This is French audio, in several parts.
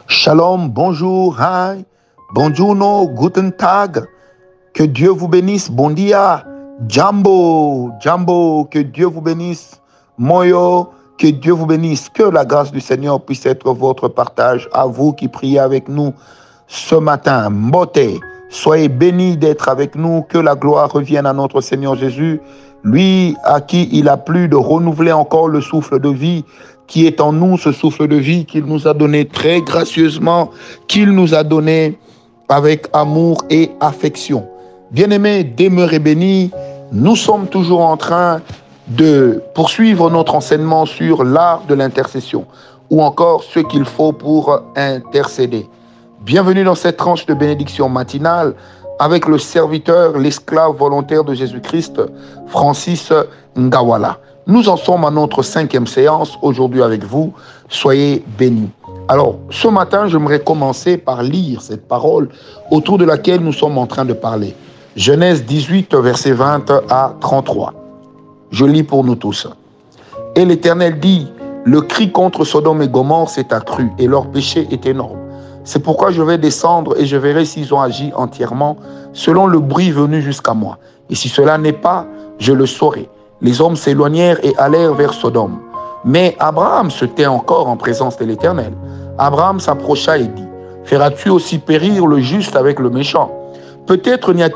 Shalom, bonjour, hi, buongiorno, guten tag. Que Dieu vous bénisse, bon dia, Jambo, Jambo, que Dieu vous bénisse, Moyo, que Dieu vous bénisse. Que la grâce du Seigneur puisse être votre partage à vous qui priez avec nous ce matin. Mbote, soyez bénis d'être avec nous, que la gloire revienne à notre Seigneur Jésus, lui à qui il a plu de renouveler encore le souffle de vie qui est en nous, ce souffle de vie qu'il nous a donné très gracieusement, qu'il nous a donné avec amour et affection. Bien-aimés, demeurez bénis. Nous sommes toujours en train de poursuivre notre enseignement sur l'art de l'intercession ou encore ce qu'il faut pour intercéder. Bienvenue dans cette tranche de bénédiction matinale avec le serviteur, l'esclave volontaire de Jésus-Christ, Francis Ngawala. Nous en sommes à notre 5e séance aujourd'hui avec vous. Soyez bénis. Alors, ce matin, j'aimerais commencer par lire cette parole autour de laquelle nous sommes en train de parler. Genèse 18, versets 20 à 33. Je lis pour nous tous. « Et l'Éternel dit, le cri contre Sodome et Gomorrhe s'est accru et leur péché est énorme. C'est pourquoi je vais descendre et je verrai s'ils ont agi entièrement selon le bruit venu jusqu'à moi. Et si cela n'est pas, je le saurai. Les hommes s'éloignèrent et allèrent vers Sodome. Mais Abraham se tait encore en présence de l'Éternel. Abraham s'approcha et dit, « Feras-tu aussi périr le juste avec le méchant? Peut-être y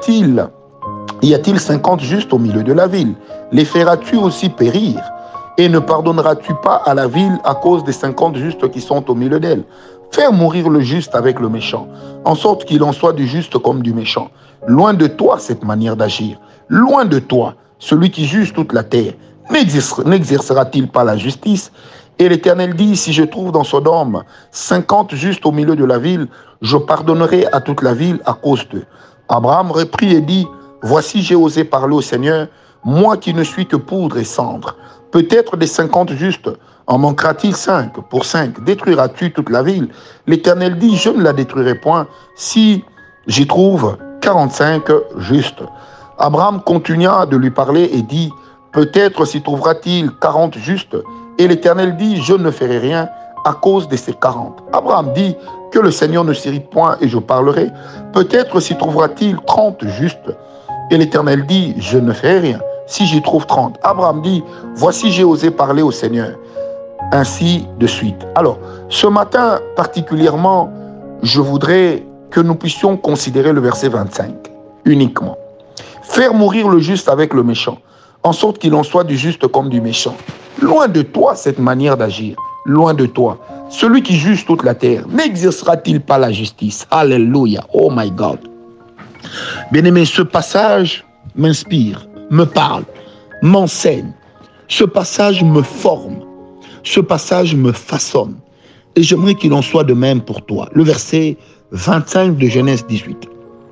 a-t-il 50 justes au milieu de la ville. Les feras-tu aussi périr? Et ne pardonneras-tu pas à la ville à cause des 50 justes qui sont au milieu d'elle? Faire mourir le juste avec le méchant, en sorte qu'il en soit du juste comme du méchant. Loin de toi cette manière d'agir. Loin de toi, celui qui juge toute la terre. N'exercera-t-il pas la justice? Et l'Éternel dit, si je trouve dans Sodome 50 justes au milieu de la ville, je pardonnerai à toute la ville à cause d'eux. Abraham reprit et dit, voici j'ai osé parler au Seigneur, moi qui ne suis que poudre et cendre. Peut-être des 50 justes, en manquera-t-il 5 pour 5? Détruiras-tu toute la ville? L'Éternel dit, je ne la détruirai point si j'y trouve 45 justes. Abraham continua de lui parler et dit, peut-être s'y trouvera-t-il 40 justes? Et l'Éternel dit, je ne ferai rien à cause de ces 40. Abraham dit, que le Seigneur ne s'irrite point et je parlerai. Peut-être s'y trouvera-t-il 30 justes? Et l'Éternel dit, je ne ferai rien si j'y trouve 30. Abraham dit, voici j'ai osé parler au Seigneur. Ainsi de suite. Alors, ce matin particulièrement, je voudrais que nous puissions considérer le verset 25 uniquement. Faire mourir le juste avec le méchant, en sorte qu'il en soit du juste comme du méchant. Loin de toi cette manière d'agir, loin de toi. Celui qui juge toute la terre, n'exercera-t-il pas la justice? Alléluia, oh my God. Bien-aimé, ce passage m'inspire, me parle, m'enseigne. Ce passage me forme. Ce passage me façonne. Et j'aimerais qu'il en soit de même pour toi. Le verset 25 de Genèse 18.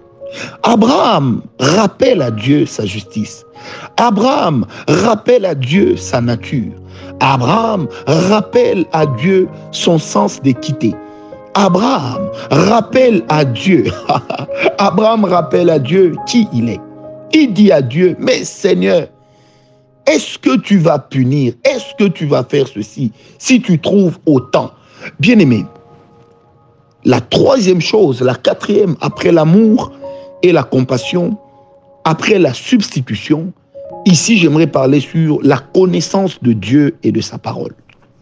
Abraham rappelle à Dieu sa justice. Abraham rappelle à Dieu sa nature. Abraham rappelle à Dieu son sens d'équité. Abraham rappelle à Dieu. Abraham rappelle à Dieu qui il est. Il dit à Dieu, mais Seigneur, est-ce que tu vas punir? Est-ce que tu vas faire ceci si tu trouves autant? Bien-aimé, la troisième chose, la quatrième, après l'amour et la compassion, après la substitution, ici j'aimerais parler sur la connaissance de Dieu et de sa parole.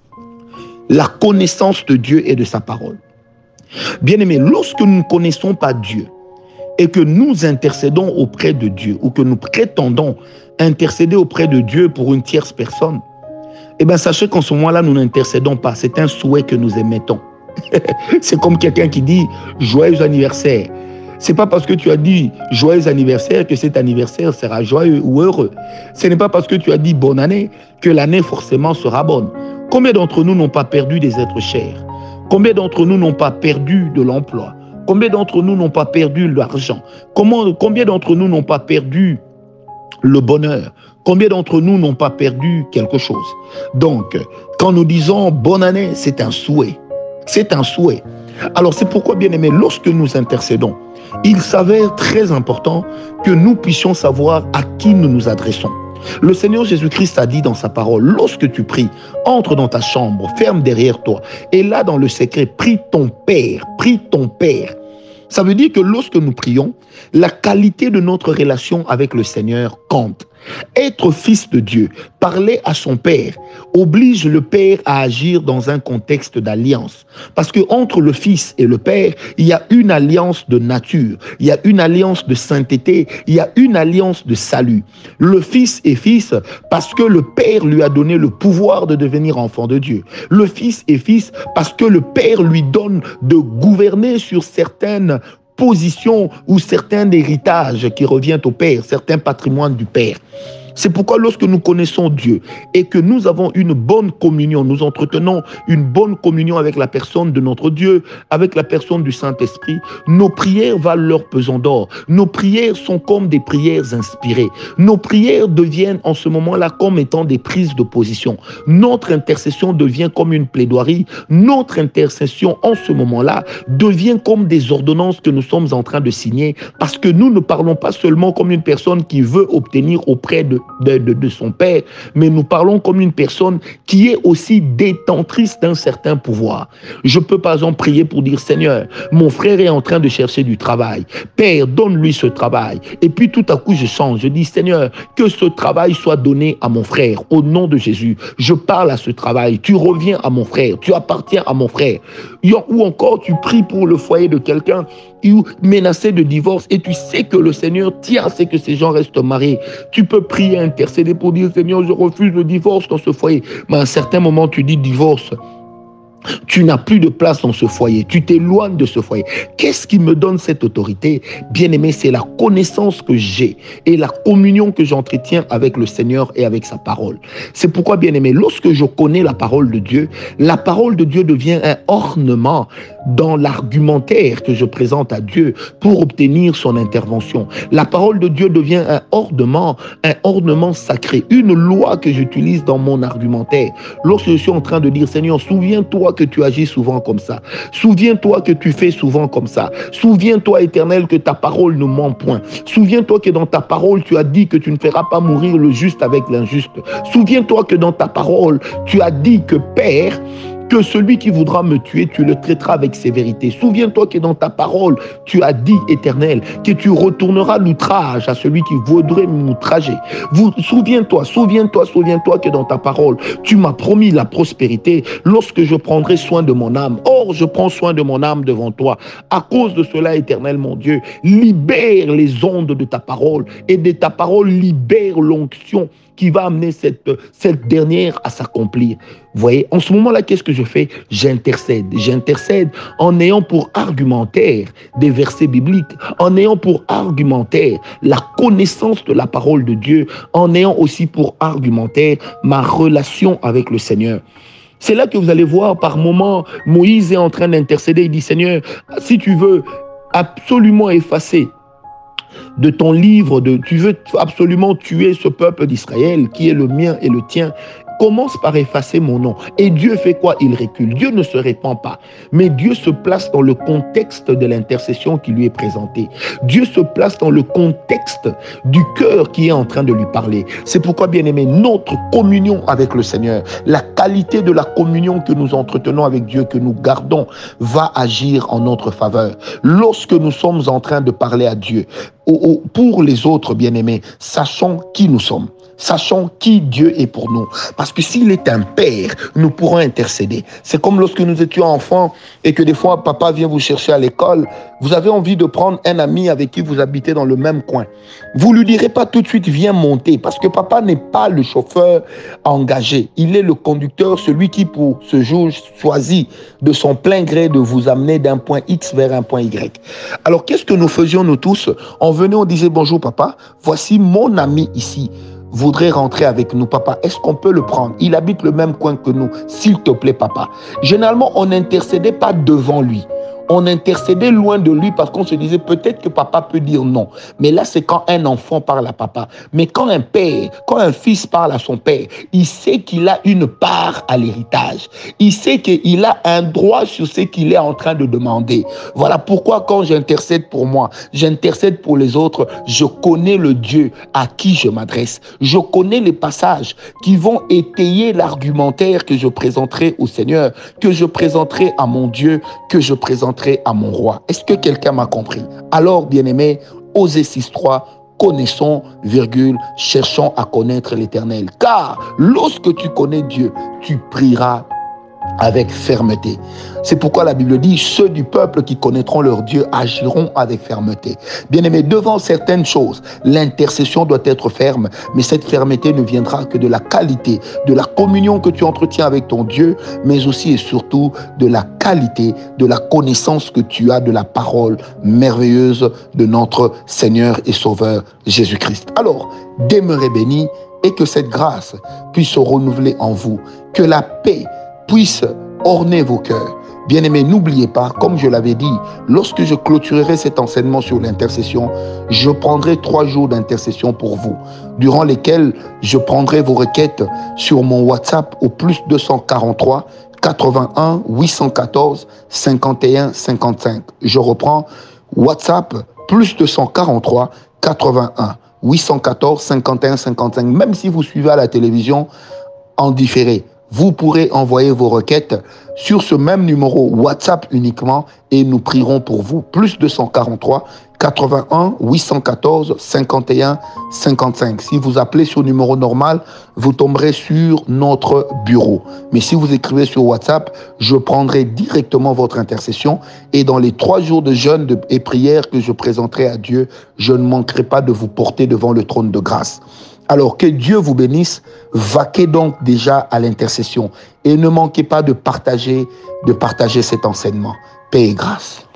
La connaissance de Dieu et de sa parole. Bien-aimé, lorsque nous ne connaissons pas Dieu et que nous intercédons auprès de Dieu ou que nous prétendons intercéder auprès de Dieu pour une tierce personne, eh bien sachez qu'en ce moment-là, nous n'intercédons pas. C'est un souhait que nous émettons. C'est comme quelqu'un qui dit « joyeux anniversaire ». Ce n'est pas parce que tu as dit « joyeux anniversaire » que cet anniversaire sera joyeux ou heureux. Ce n'est pas parce que tu as dit « bonne année » que l'année forcément sera bonne. Combien d'entre nous n'ont pas perdu des êtres chers? Combien d'entre nous n'ont pas perdu de l'emploi? Combien d'entre nous n'ont pas perdu l'argent? Combien d'entre nous n'ont pas perdu le bonheur? Combien d'entre nous n'ont pas perdu quelque chose? Donc, quand nous disons « bonne année », c'est un souhait. C'est un souhait. Alors, c'est pourquoi, bien aimé, lorsque nous intercédons, il s'avère très important que nous puissions savoir à qui nous nous adressons. Le Seigneur Jésus-Christ a dit dans sa parole, lorsque tu pries, entre dans ta chambre, ferme derrière toi, et là dans le secret, prie ton Père, prie ton Père. Ça veut dire que lorsque nous prions, la qualité de notre relation avec le Seigneur compte. Être fils de Dieu, parler à son Père, oblige le Père à agir dans un contexte d'alliance. Parce que entre le Fils et le Père, il y a une alliance de nature, il y a une alliance de sainteté, il y a une alliance de salut. Le Fils est fils parce que le Père lui a donné le pouvoir de devenir enfant de Dieu. Le Fils est fils parce que le Père lui donne de gouverner sur certaines positions ou certains héritages qui reviennent au Père, certains patrimoines du Père. C'est pourquoi lorsque nous connaissons Dieu et que nous avons une bonne communion, nous entretenons une bonne communion avec la personne de notre Dieu, avec la personne du Saint-Esprit, nos prières valent leur pesant d'or. Nos prières sont comme des prières inspirées. Nos prières deviennent en ce moment-là comme étant des prises de position. Notre intercession devient comme une plaidoirie. Notre intercession en ce moment-là devient comme des ordonnances que nous sommes en train de signer parce que nous ne parlons pas seulement comme une personne qui veut obtenir auprès de son Père, mais nous parlons comme une personne qui est aussi détentrice d'un certain pouvoir. Je peux par exemple prier pour dire, Seigneur, mon frère est en train de chercher du travail. Père, donne-lui ce travail. Et puis tout à coup, je change. Je dis, Seigneur, que ce travail soit donné à mon frère. Au nom de Jésus, je parle à ce travail. Tu reviens à mon frère. Tu appartiens à mon frère. Ou encore, tu pries pour le foyer de quelqu'un menacé de divorce et tu sais que le Seigneur tient à ce que ces gens restent mariés. Tu peux prier, intercéder pour dire, Seigneur, je refuse le divorce dans ce foyer. Mais à un certain moment, tu dis divorce. Tu n'as plus de place dans ce foyer. Tu t'éloignes de ce foyer. Qu'est-ce qui me donne cette autorité? Bien-aimé, c'est la connaissance que j'ai et la communion que j'entretiens avec le Seigneur et avec sa parole. C'est pourquoi, bien-aimé, lorsque je connais la parole de Dieu devient un ornement dans l'argumentaire que je présente à Dieu pour obtenir son intervention. La parole de Dieu devient un ornement sacré, une loi que j'utilise dans mon argumentaire. Lorsque je suis en train de dire, Seigneur, souviens-toi que tu agis souvent comme ça. Souviens-toi que tu fais souvent comme ça. Souviens-toi, Éternel, que ta parole ne ment point. Souviens-toi que dans ta parole, tu as dit que tu ne feras pas mourir le juste avec l'injuste. Souviens-toi que dans ta parole, tu as dit que, Père, que celui qui voudra me tuer, tu le traiteras avec sévérité. Souviens-toi que dans ta parole, tu as dit, Éternel, que tu retourneras l'outrage à celui qui voudrait m'outrager. Souviens-toi que dans ta parole, tu m'as promis la prospérité lorsque je prendrai soin de mon âme. Or, je prends soin de mon âme devant toi. À cause de cela, Éternel, mon Dieu, libère les ondes de ta parole et de ta parole libère l'onction qui va amener cette dernière à s'accomplir. Vous voyez, en ce moment-là, qu'est-ce que je fais? J'intercède. J'intercède en ayant pour argumentaire des versets bibliques, en ayant pour argumentaire la connaissance de la parole de Dieu, en ayant aussi pour argumentaire ma relation avec le Seigneur. C'est là que vous allez voir par moments, Moïse est en train d'intercéder. Il dit, Seigneur, si tu veux absolument effacer de ton livre, tu veux absolument tuer ce peuple d'Israël qui est le mien et le tien, commence par effacer mon nom. Et Dieu fait quoi? Il recule. Dieu ne se répand pas. Mais Dieu se place dans le contexte de l'intercession qui lui est présentée. Dieu se place dans le contexte du cœur qui est en train de lui parler. C'est pourquoi, bien-aimé, notre communion avec le Seigneur, la qualité de la communion que nous entretenons avec Dieu, que nous gardons, va agir en notre faveur. Lorsque nous sommes en train de parler à Dieu, pour les autres, bien-aimés, sachons qui nous sommes. Sachons qui Dieu est pour nous. Parce que s'il est un père, nous pourrons intercéder. C'est comme lorsque nous étions enfants et que des fois, papa vient vous chercher à l'école. Vous avez envie de prendre un ami avec qui vous habitez dans le même coin. Vous ne lui direz pas tout de suite, viens monter. Parce que papa n'est pas le chauffeur engagé. Il est le conducteur, celui qui, pour ce jour, choisit de son plein gré de vous amener d'un point X vers un point Y. Alors, qu'est-ce que nous faisions, nous tous? On venait, on disait, bonjour papa, voici mon ami ici. Voudrait rentrer avec nous, papa, est-ce qu'on peut le prendre? Il habite le même coin que nous, s'il te plaît, papa. Généralement, on n'intercédait pas devant lui. On intercédait loin de lui parce qu'on se disait peut-être que papa peut dire non. Mais là, c'est quand un enfant parle à papa. Mais quand un père, quand un fils parle à son père, il sait qu'il a une part à l'héritage. Il sait qu'il a un droit sur ce qu'il est en train de demander. Voilà pourquoi quand j'intercède pour moi, j'intercède pour les autres, je connais le Dieu à qui je m'adresse. Je connais les passages qui vont étayer l'argumentaire que je présenterai au Seigneur, que je présenterai à mon Dieu, que je présenterai à mon roi. Est-ce que quelqu'un m'a compris? Alors, bien-aimé, Osée 6.3, connaissons, cherchons à connaître l'Éternel. Car lorsque tu connais Dieu, tu prieras avec fermeté. C'est pourquoi la Bible dit, ceux du peuple qui connaîtront leur Dieu agiront avec fermeté. Bien-aimé, devant certaines choses, l'intercession doit être ferme, mais cette fermeté ne viendra que de la qualité, de la communion que tu entretiens avec ton Dieu, mais aussi et surtout de la qualité, de la connaissance que tu as de la parole merveilleuse de notre Seigneur et Sauveur Jésus-Christ. Alors, demeurez bénis et que cette grâce puisse se renouveler en vous, que la paix puisse orner vos cœurs. Bien-aimés, n'oubliez pas, comme je l'avais dit, lorsque je clôturerai cet enseignement sur l'intercession, je prendrai 3 jours d'intercession pour vous, durant lesquels je prendrai vos requêtes sur mon WhatsApp au plus 243 81 814 51 55. Je reprends WhatsApp plus 243 81 814 51 55. Même si vous suivez à la télévision en différé, vous pourrez envoyer vos requêtes sur ce même numéro WhatsApp uniquement et nous prierons pour vous. Plus 243 81 814 51 55. Si vous appelez sur le numéro normal, vous tomberez sur notre bureau. Mais si vous écrivez sur WhatsApp, je prendrai directement votre intercession et dans les 3 jours de jeûne et prière que je présenterai à Dieu, je ne manquerai pas de vous porter devant le trône de grâce. Alors que Dieu vous bénisse, vaquez donc déjà à l'intercession et ne manquez pas de partager cet enseignement. Paix et grâce.